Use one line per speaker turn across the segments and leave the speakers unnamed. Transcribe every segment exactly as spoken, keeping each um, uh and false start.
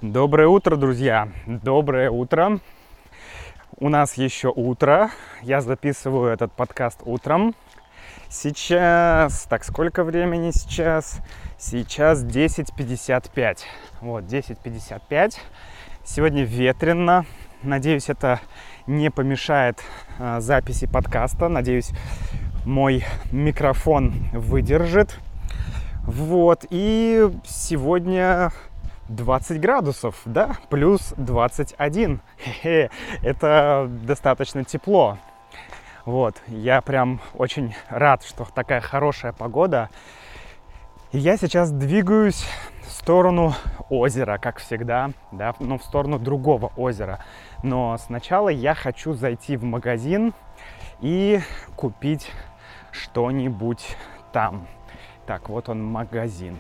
Доброе утро, друзья! Доброе утро! У нас еще утро. Я записываю этот подкаст утром. Сейчас... Так, сколько времени сейчас? Сейчас десять пятьдесят пять. Вот, десять пятьдесят пять. Сегодня ветрено. Надеюсь, это не помешает а, записи подкаста. Надеюсь, мой микрофон выдержит. Вот, и сегодня... двадцать градусов, да, плюс двадцать один. Хе-хе, это достаточно тепло. Вот, я прям очень рад, что такая хорошая погода. И я сейчас двигаюсь в сторону озера, как всегда, да, ну, в сторону другого озера. Но сначала я хочу зайти в магазин и купить что-нибудь там. Так, вот он, магазин.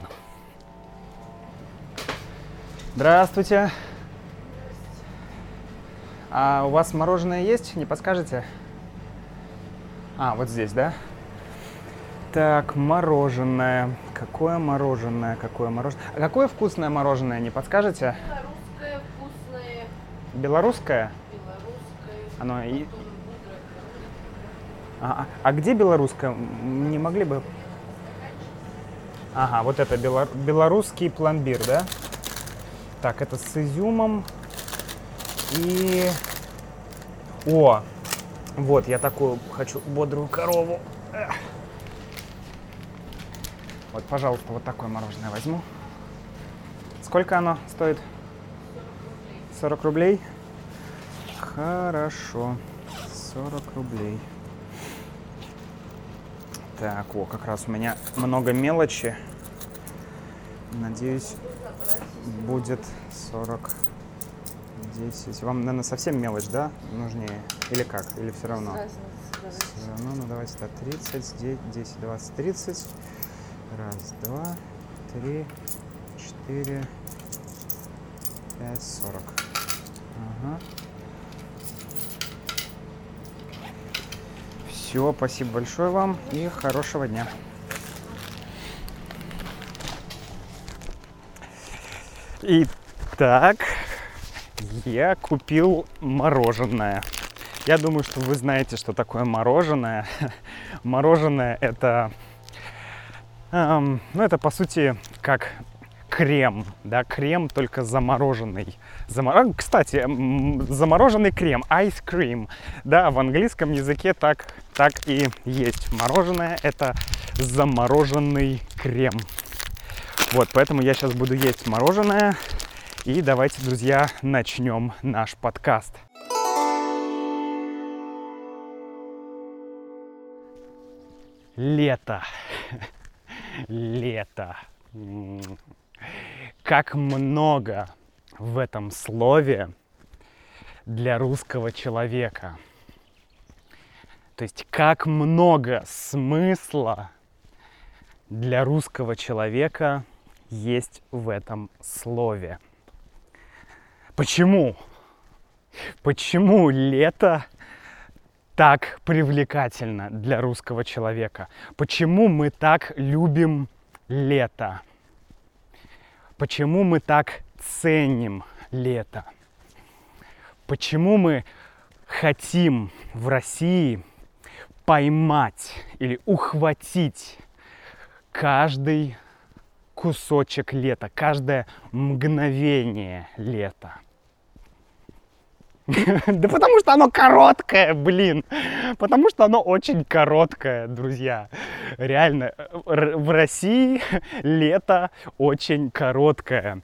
Здравствуйте. А у вас мороженое есть? Не подскажете? А, вот здесь, да? Так, мороженое. Какое мороженое? Какое мороженое? А какое вкусное мороженое? Не подскажете?
Белорусское вкусное.
Белорусское?
Белорусское.
Оно и... А, а где белорусское? Не могли бы... Ага, вот это белор... белорусский пломбир, да? Так, это с изюмом и... О, вот, я такую хочу бодрую корову. Эх. Вот, пожалуйста, вот такое мороженое возьму. Сколько оно стоит? сорок рублей. Хорошо, сорок рублей. Так, о, как раз у меня много мелочи. Надеюсь... будет сорок, десять. Вам, наверное, совсем мелочь, да, нужнее? Или как? Или все равно? Все равно, ну давайте так, тридцать, десять, двадцать, тридцать. Раз, два, три, четыре, пять, сорок. Ага. Все, спасибо большое вам и хорошего дня. Итак, я купил мороженое. Я думаю, что вы знаете, что такое мороженое. Мороженое это, эм, ну это по сути как крем, да, крем только замороженный. Замор... Кстати, замороженный крем, ice cream, да, в английском языке так, так и есть. Мороженое это замороженный крем. Вот, поэтому я сейчас буду есть мороженое. И давайте, друзья, начнем наш подкаст. Лето. Лето. Как много в этом слове для русского человека. То есть, как много смысла для русского человека есть в этом слове. Почему? Почему лето так привлекательно для русского человека? Почему мы так любим лето? Почему мы так ценим лето? Почему мы хотим в России поймать или ухватить каждый кусочек лета, каждое мгновение лета? Да потому что оно короткое, блин. Потому что оно очень короткое, друзья. Реально, в России лето очень короткое.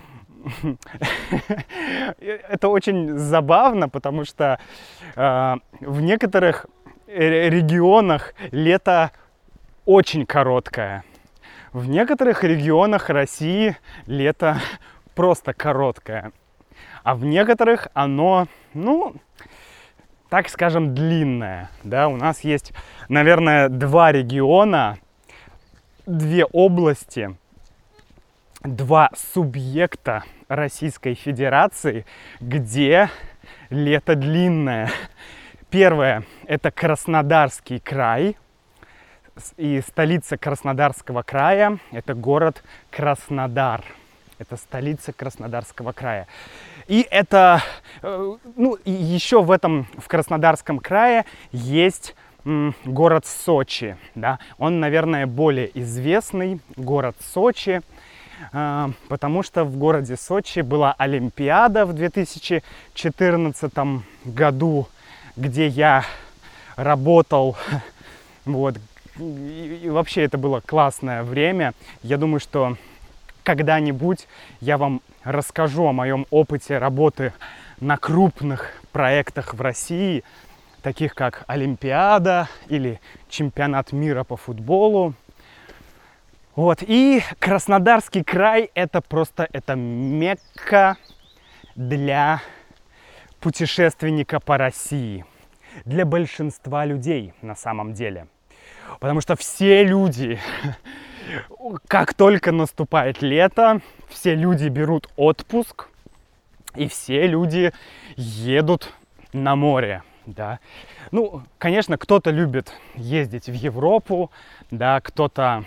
Это очень забавно, потому что э, в некоторых регионах лето очень короткое. В некоторых регионах России лето просто короткое, а в некоторых оно, ну, так скажем, длинное. Да? У нас есть, наверное, два региона, две области, два субъекта Российской Федерации, где лето длинное. Первое – это Краснодарский край. И столица Краснодарского края – это город Краснодар. Это столица Краснодарского края. И это, ну, и еще в этом, в Краснодарском крае есть м, город Сочи, да. Он, наверное, более известный город Сочи, э, потому что в городе Сочи была Олимпиада в две тысячи четырнадцатом году, где я работал, вот. И, и вообще это было классное время. Я думаю, что когда-нибудь я вам расскажу о моем опыте работы на крупных проектах в России, таких как Олимпиада или Чемпионат мира по футболу. Вот. И Краснодарский край — это просто это мекка для путешественника по России. Для большинства людей на самом деле. Потому что все люди, как только наступает лето, все люди берут отпуск, и все люди едут на море, да. Ну, конечно, кто-то любит ездить в Европу, да, кто-то,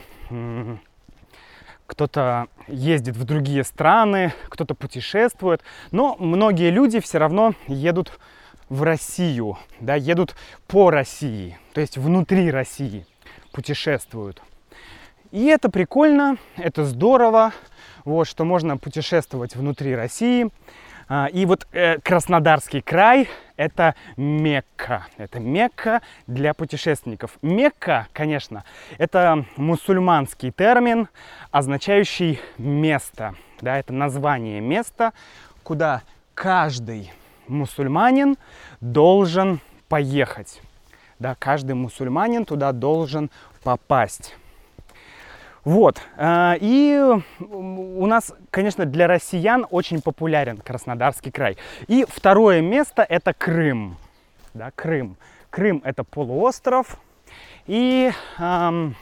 кто-то ездит в другие страны, кто-то путешествует, но многие люди все равно едут в Россию, да, едут по России, то есть внутри России путешествуют. И это прикольно, это здорово, вот, что можно путешествовать внутри России. И вот э, Краснодарский край — это Мекка, это Мекка для путешественников. Мекка, конечно, это мусульманский термин, означающий место, да, это название места, куда каждый мусульманин должен поехать. Да, каждый мусульманин туда должен попасть. Вот. И у нас, конечно, для россиян очень популярен Краснодарский край. И второе место — это Крым. Да, Крым. Крым — это полуостров. И эм,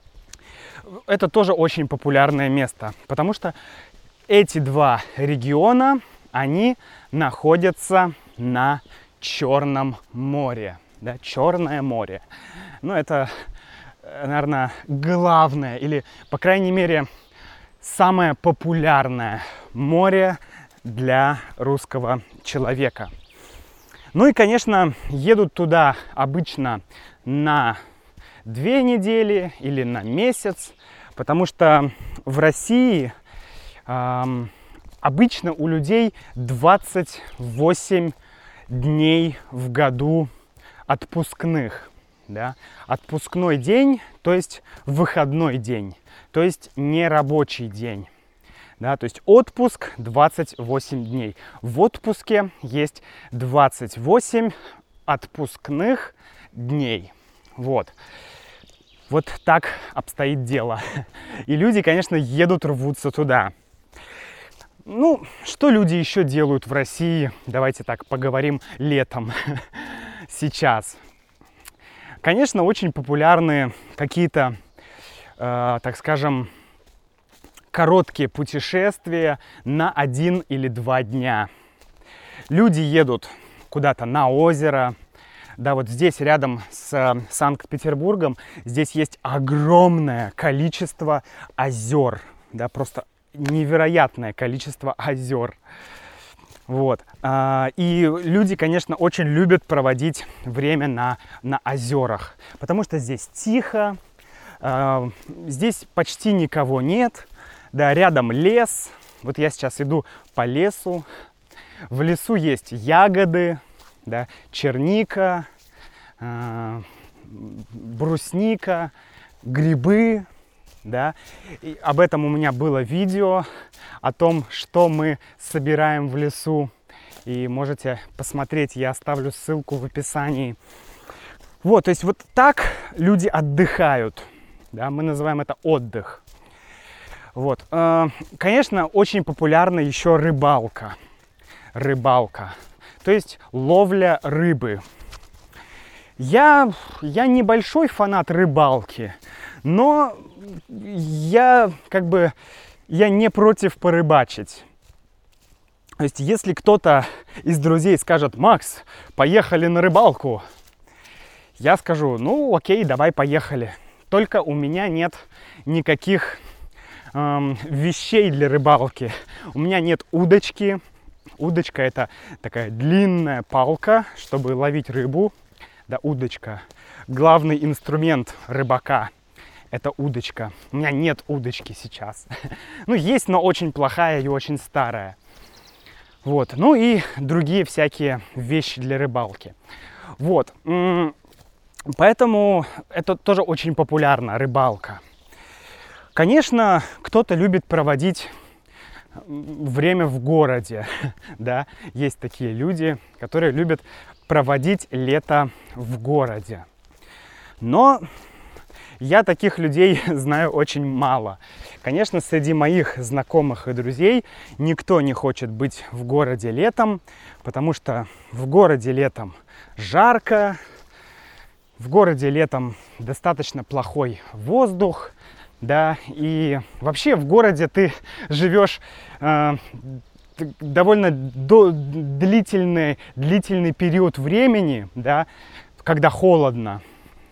это тоже очень популярное место, потому что эти два региона, они находятся на Черном море. Да, Черное море. Ну, это, наверное, главное или, по крайней мере, самое популярное море для русского человека. Ну и, конечно, едут туда обычно на две недели или на месяц, потому что в России эм, обычно у людей двадцать восемь дней в году отпускных, да, отпускной день, то есть выходной день, то есть не рабочий день, да, то есть отпуск двадцать восемь дней. В отпуске есть двадцать восемь отпускных дней, вот. Вот так обстоит дело. И люди, конечно, едут, рвутся туда. Ну, что люди еще делают в России? Давайте так поговорим летом. Сейчас. Конечно, очень популярны какие-то, э, так скажем, короткие путешествия на один или два дня. Люди едут куда-то на озеро. Да, вот здесь рядом с э, Санкт-Петербургом здесь есть огромное количество озер. Да, просто невероятное количество озер. Вот. И люди, конечно, очень любят проводить время на, на озерах, потому что здесь тихо, здесь почти никого нет, да, рядом лес. Вот я сейчас иду по лесу, в лесу есть ягоды, да, черника, брусника, грибы. Да? И об этом у меня было видео, о том, что мы собираем в лесу. И можете посмотреть, я оставлю ссылку в описании. Вот, то есть вот так люди отдыхают. Да? Мы называем это отдых. Вот. Конечно, очень популярна еще рыбалка. Рыбалка. То есть ловля рыбы. Я, я небольшой фанат рыбалки, но я как бы я не против порыбачить. То есть, если кто-то из друзей скажет: Макс, поехали на рыбалку, я скажу: ну окей, давай поехали. Только у меня нет никаких эм, вещей для рыбалки. У меня нет удочки. Удочка — это такая длинная палка, чтобы ловить рыбу. Да, удочка. Главный инструмент рыбака — это удочка. У меня нет удочки сейчас. Ну, есть, но очень плохая и очень старая. Вот. Ну и другие всякие вещи для рыбалки. Вот. Поэтому это тоже очень популярна, рыбалка. Конечно, кто-то любит проводить время в городе. Да? Есть такие люди, которые любят проводить лето в городе. Но я таких людей знаю очень мало. Конечно, среди моих знакомых и друзей никто не хочет быть в городе летом, потому что в городе летом жарко, в городе летом достаточно плохой воздух, да, и вообще в городе ты живешь э, довольно до, длительный, длительный период времени, да, когда холодно.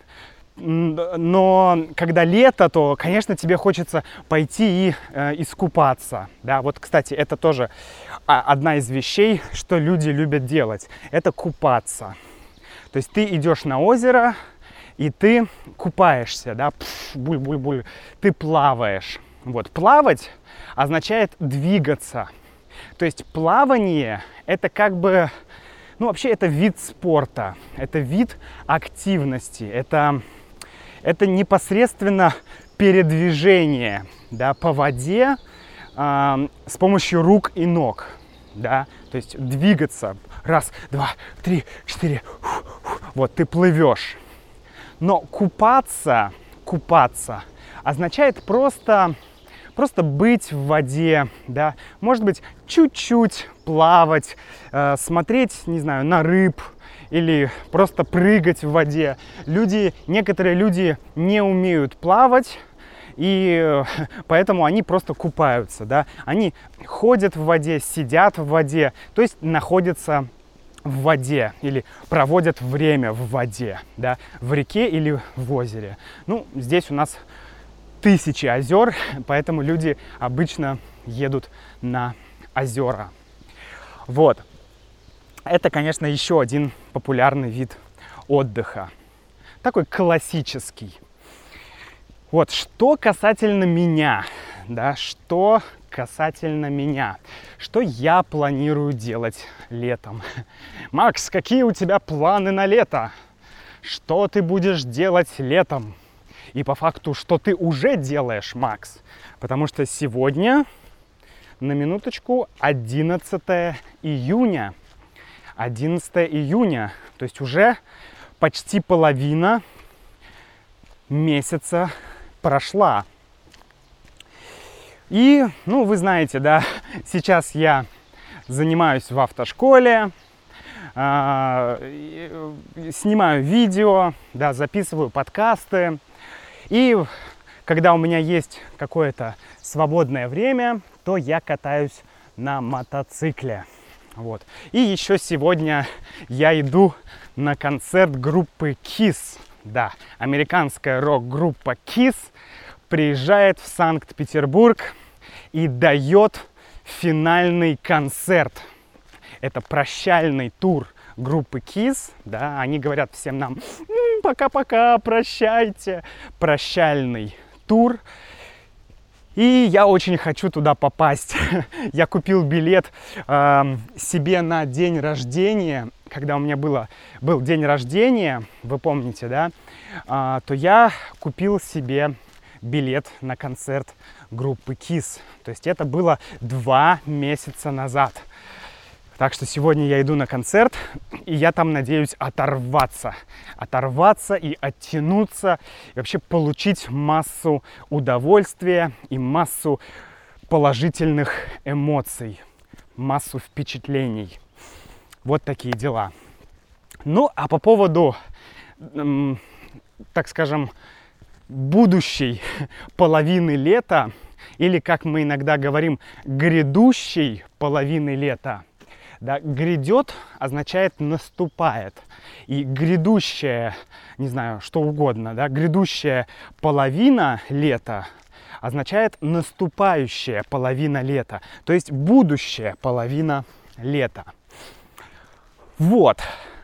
Но когда лето, то, конечно, тебе хочется пойти и э, искупаться. Да? Вот, кстати, это тоже одна из вещей, что люди любят делать. Это купаться. То есть ты идешь на озеро, и ты купаешься, да, буль-буль-буль, ты плаваешь. Вот, плавать означает двигаться. То есть плавание — это как бы, ну, вообще это вид спорта, это вид активности, это... Это непосредственно передвижение, да, по воде э, с помощью рук и ног. Да? То есть двигаться. Раз, два, три, четыре. Фу, фу. Вот, ты плывешь. Но купаться, купаться означает просто, просто быть в воде. Да? Может быть, чуть-чуть плавать, э, смотреть, не знаю, на рыб. Или просто прыгать в воде. Люди, некоторые люди не умеют плавать, и поэтому они просто купаются, да. Они ходят в воде, сидят в воде, то есть находятся в воде или проводят время в воде, да, в реке или в озере. Ну, здесь у нас тысячи озер, поэтому люди обычно едут на озера. Вот. Это, конечно, еще один популярный вид отдыха. Такой классический. Вот, что касательно меня, да, что касательно меня, что я планирую делать летом. Макс, какие у тебя планы на лето? Что ты будешь делать летом? И по факту, что ты уже делаешь, Макс? Потому что сегодня, на минуточку, одиннадцатое июня. одиннадцатое июня, то есть уже почти половина месяца прошла. И, ну, вы знаете, да, сейчас я занимаюсь в автошколе, э, снимаю видео, да, записываю подкасты. И когда у меня есть какое-то свободное время, то я катаюсь на мотоцикле. Вот. И еще сегодня я иду на концерт группы Kiss. Да, американская рок-группа Kiss приезжает в Санкт-Петербург и дает финальный концерт. Это прощальный тур группы Kiss. Да, они говорят всем нам: пока-пока, прощайте. Прощальный тур. И я очень хочу туда попасть. Я купил билет э, себе на день рождения. Когда у меня было, был день рождения, вы помните, да, э, то я купил себе билет на концерт группы Kiss. То есть это было два месяца назад. Так что сегодня я иду на концерт, и я там надеюсь оторваться. Оторваться и оттянуться, и вообще получить массу удовольствия и массу положительных эмоций, массу впечатлений. Вот такие дела. Ну, а по поводу, эм, так скажем, будущей половины лета, или, как мы иногда говорим, грядущей половины лета. Да, грядет означает наступает. И грядущая, не знаю, что угодно, да, грядущая половина лета означает наступающая половина лета, то есть будущая половина лета. Вот.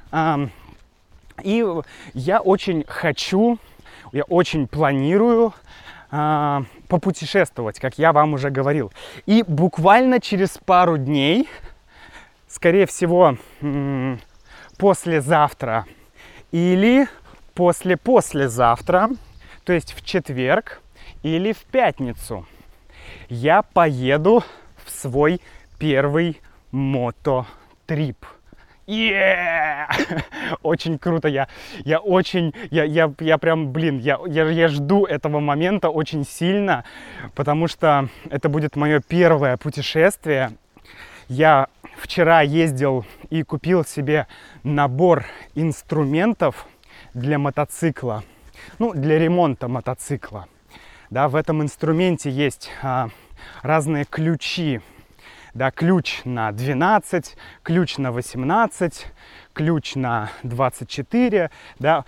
И я очень хочу, я очень планирую попутешествовать, как я вам уже говорил. И буквально через пару дней, скорее всего, послезавтра или после-послезавтра, то есть в четверг или в пятницу, я поеду в свой первый мототрип. Yeah! Очень круто, я, я очень, я, я, я прям, блин, я, я, я жду этого момента очень сильно, потому что это будет мое первое путешествие. Я вчера ездил и купил себе набор инструментов для мотоцикла, ну, для ремонта мотоцикла. Да, в этом инструменте есть а, разные ключи. Да, ключ на двенадцать, ключ на восемнадцать, ключ на двадцать четыре, да,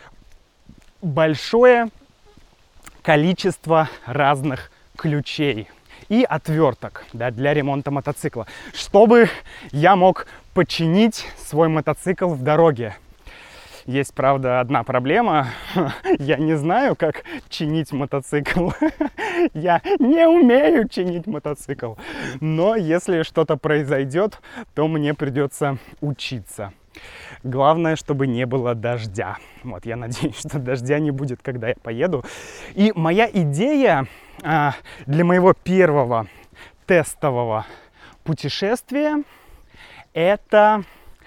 большое количество разных ключей и отверток, да, для ремонта мотоцикла, чтобы я мог починить свой мотоцикл в дороге. Есть, правда, одна проблема. Я не знаю, как чинить мотоцикл. Я не умею чинить мотоцикл. Но если что-то произойдет, то мне придется учиться. Главное, чтобы не было дождя. Вот, я надеюсь, что дождя не будет, когда я поеду. И моя идея а, для моего первого тестового путешествия — это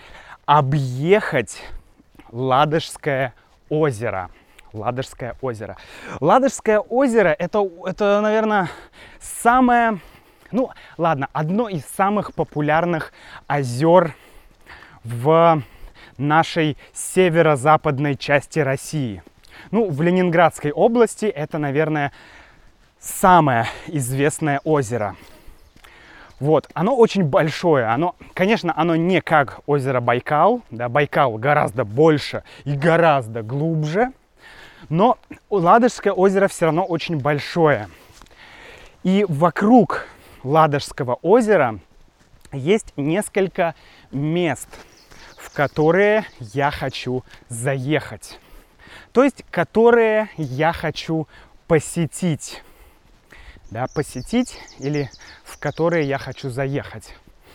объехать Ладожское озеро. Ладожское озеро. Ладожское озеро это, это, наверное, самое, ну, ладно, одно из самых популярных озер в нашей северо-западной части России. Ну, в Ленинградской области это, наверное, самое известное озеро. Вот, оно очень большое, оно, конечно, оно не как озеро Байкал, да, Байкал гораздо больше и гораздо глубже, но Ладожское озеро все равно очень большое. И вокруг Ладожского озера есть несколько мест, в которые я хочу заехать, то есть которые я хочу посетить. Да, посетить или в которые я хочу заехать.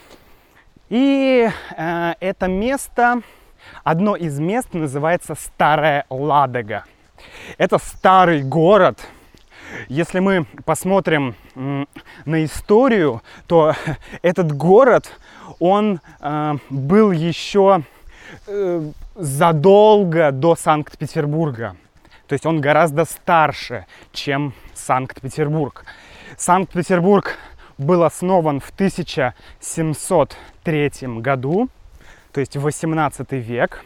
И э, это место, одно из мест называется Старая Ладога. Это старый город. Если мы посмотрим м, на историю, то этот город, он э, был еще э, задолго до Санкт-Петербурга. То есть он гораздо старше, чем Санкт-Петербург. Санкт-Петербург был основан в тысяча семьсот третьем году, то есть восемнадцатый век,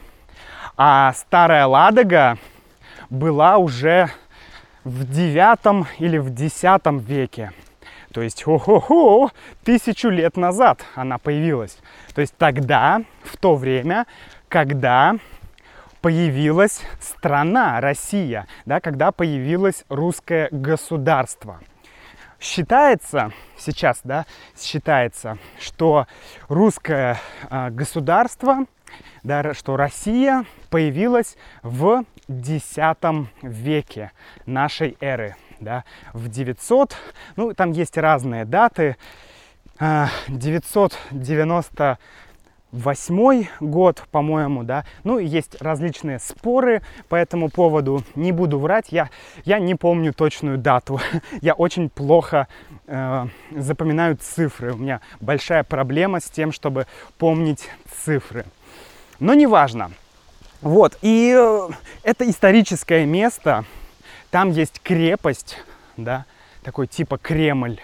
а Старая Ладога была уже в девятом или в десятом веке. То есть, хо-хо-хо, тысячу лет назад она появилась. То есть тогда, в то время, когда появилась страна Россия, да, когда появилось русское государство. Считается сейчас, да, считается, что русское э, государство, да, что Россия появилась в десятом веке нашей эры, да, в девятьсот, ну, там есть разные даты, э, девятьсот девяносто восьмой год, по-моему, да. Ну, есть различные споры по этому поводу. Не буду врать, я, я не помню точную дату. Я очень плохо э, запоминаю цифры. У меня большая проблема с тем, чтобы помнить цифры. Но неважно. Вот, и э, это историческое место. Там есть крепость, да, такой типа Кремль.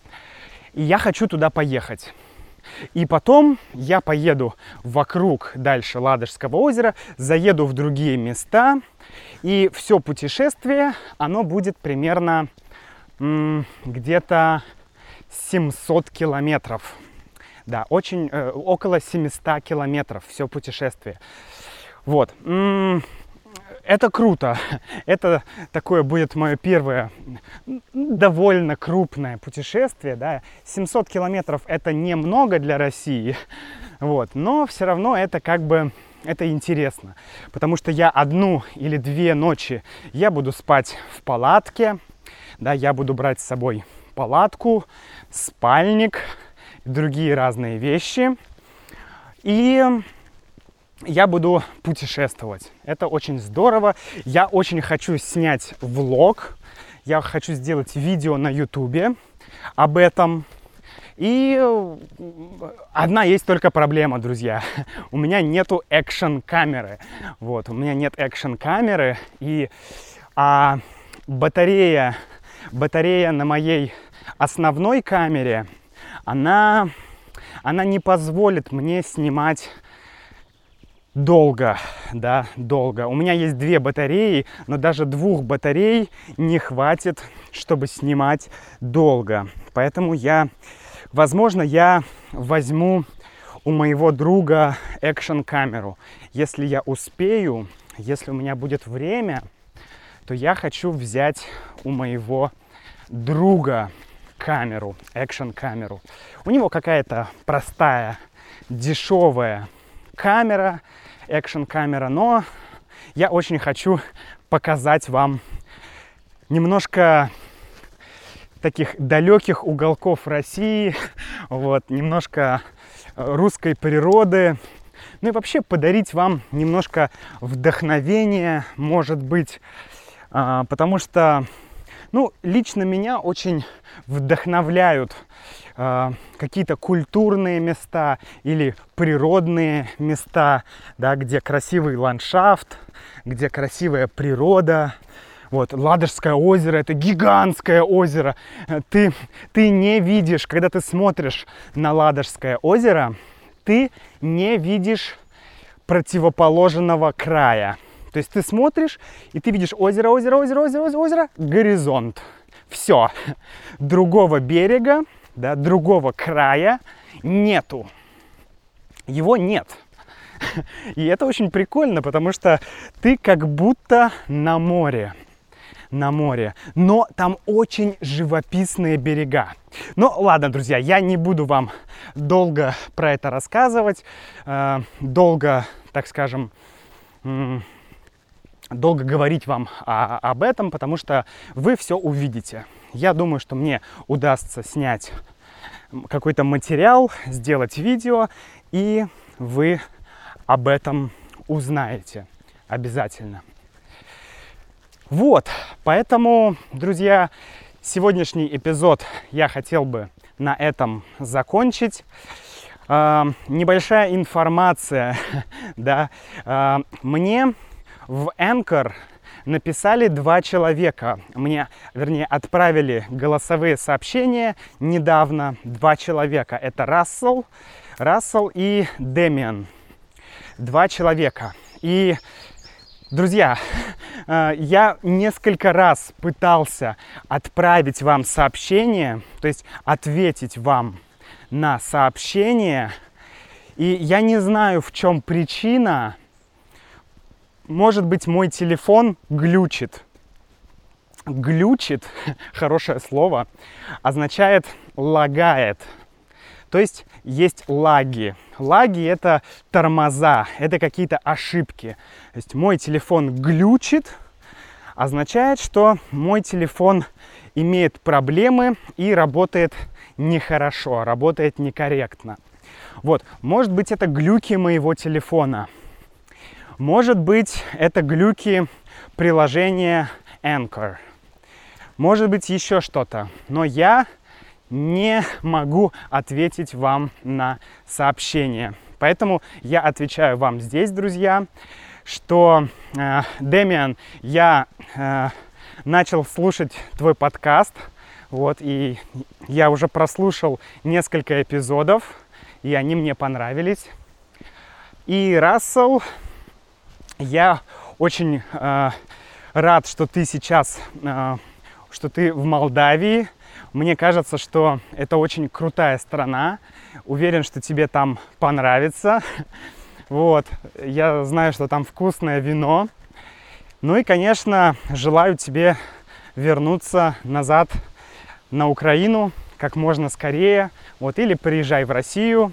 И я хочу туда поехать. И потом я поеду вокруг дальше Ладожского озера, заеду в другие места, и все путешествие, оно будет примерно м, где-то семьсот километров. Да, очень, э, около семьсот километров все путешествие. Вот. М, это круто. Это такое будет мое первое довольно крупное путешествие. Да? семьсот километров это немного для России, вот, но все равно это как бы это интересно, потому что я одну или две ночи я буду спать в палатке, да, я буду брать с собой палатку, спальник, другие разные вещи, и я буду путешествовать. Это очень здорово. Я очень хочу снять влог. Я хочу сделать видео на ютубе об этом. И одна есть только проблема, друзья. У меня нету экшн-камеры. Вот, у меня нет экшн-камеры. И а, батарея, батарея на моей основной камере, она, она не позволит мне снимать долго, да, долго. У меня есть две батареи, но даже двух батарей не хватит, чтобы снимать долго. Поэтому я, возможно, я возьму у моего друга экшн-камеру. Если я успею, если у меня будет время, то я хочу взять у моего друга камеру, экшн-камеру. У него какая-то простая, дешевая камера, экшн-камера, но я очень хочу показать вам немножко таких далеких уголков России, вот, немножко русской природы, ну и вообще подарить вам немножко вдохновения, может быть, потому что, ну, лично меня очень вдохновляют э, какие-то культурные места или природные места, да, где красивый ландшафт, где красивая природа. Вот, Ладожское озеро — это гигантское озеро. Ты, ты не видишь, когда ты смотришь на Ладожское озеро, ты не видишь противоположного края. То есть ты смотришь, и ты видишь озеро, озеро, озеро, озеро, озеро, озеро, горизонт. Все. Другого берега, да, другого края нету. Его нет. И это очень прикольно, потому что ты как будто на море. На море. Но там очень живописные берега. Ну, ладно, друзья, я не буду вам долго про это рассказывать. Э, долго, так скажем... долго говорить вам о, об этом, потому что вы все увидите. Я думаю, что мне удастся снять какой-то материал, сделать видео, и вы об этом узнаете обязательно. Вот, поэтому, друзья, сегодняшний эпизод я хотел бы на этом закончить. Э, небольшая информация, да, э, мне в Anchor написали два человека. Мне, вернее, отправили голосовые сообщения недавно. Два человека. Это Рассел, Рассел и Дэмиан. Два человека. И, друзья, я несколько раз пытался отправить вам сообщение, то есть ответить вам на сообщение. И я не знаю, в чем причина. Может быть, мой телефон глючит. Глючит, хорошее слово, означает лагает. То есть есть лаги. Лаги — это тормоза, это какие-то ошибки. То есть мой телефон глючит, означает, что мой телефон имеет проблемы и работает нехорошо, работает некорректно. Вот, может быть, это глюки моего телефона. Может быть, это глюки приложения Anchor. Может быть, еще что-то. Но я не могу ответить вам на сообщение. Поэтому я отвечаю вам здесь, друзья, что, э, Дэмиан, я э, начал слушать твой подкаст. Вот, и я уже прослушал несколько эпизодов, и они мне понравились. И Рассел... Я очень э, рад, что ты сейчас, э, что ты в Молдавии. Мне кажется, что это очень крутая страна. Уверен, что тебе там понравится. Вот. Я знаю, что там вкусное вино. Ну и, конечно, желаю тебе вернуться назад на Украину как можно скорее. Вот, или приезжай в Россию.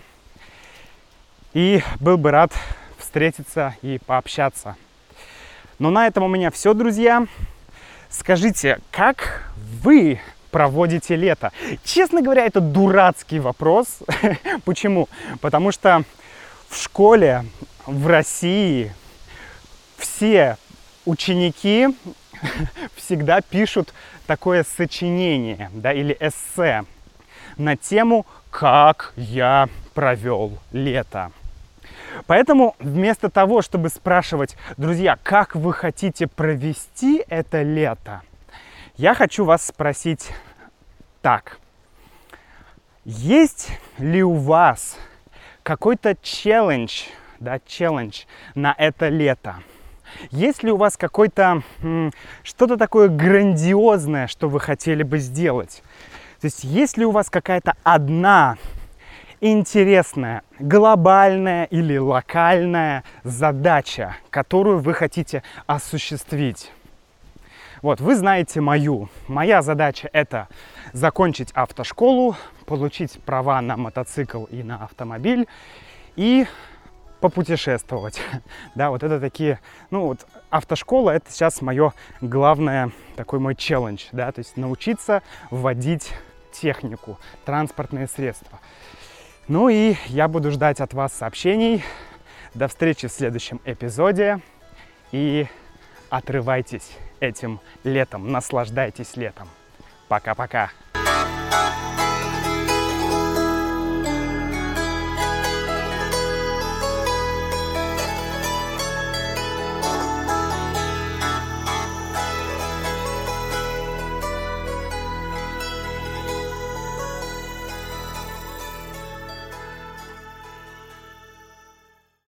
И был бы рад встретиться и пообщаться. Но на этом у меня все, друзья. Скажите, как вы проводите лето? Честно говоря, это дурацкий вопрос. Почему? Потому что в школе в России все ученики всегда пишут такое сочинение, да, или эссе на тему «Как я провел лето». Поэтому вместо того, чтобы спрашивать, друзья, как вы хотите провести это лето, я хочу вас спросить так. Есть ли у вас какой-то челлендж, да, челлендж на это лето? Есть ли у вас какой-то м, что-то такое грандиозное, что вы хотели бы сделать? То есть есть ли у вас какая-то одна интересная, глобальная или локальная задача, которую вы хотите осуществить? Вот, вы знаете мою. Моя задача – это закончить автошколу, получить права на мотоцикл и на автомобиль и попутешествовать. Да, вот это такие, ну вот автошкола – это сейчас мое главное, такой мой челлендж, да, то есть научиться водить технику, транспортные средства. Ну и я буду ждать от вас сообщений. До встречи в следующем эпизоде. И отрывайтесь этим летом, наслаждайтесь летом. Пока-пока.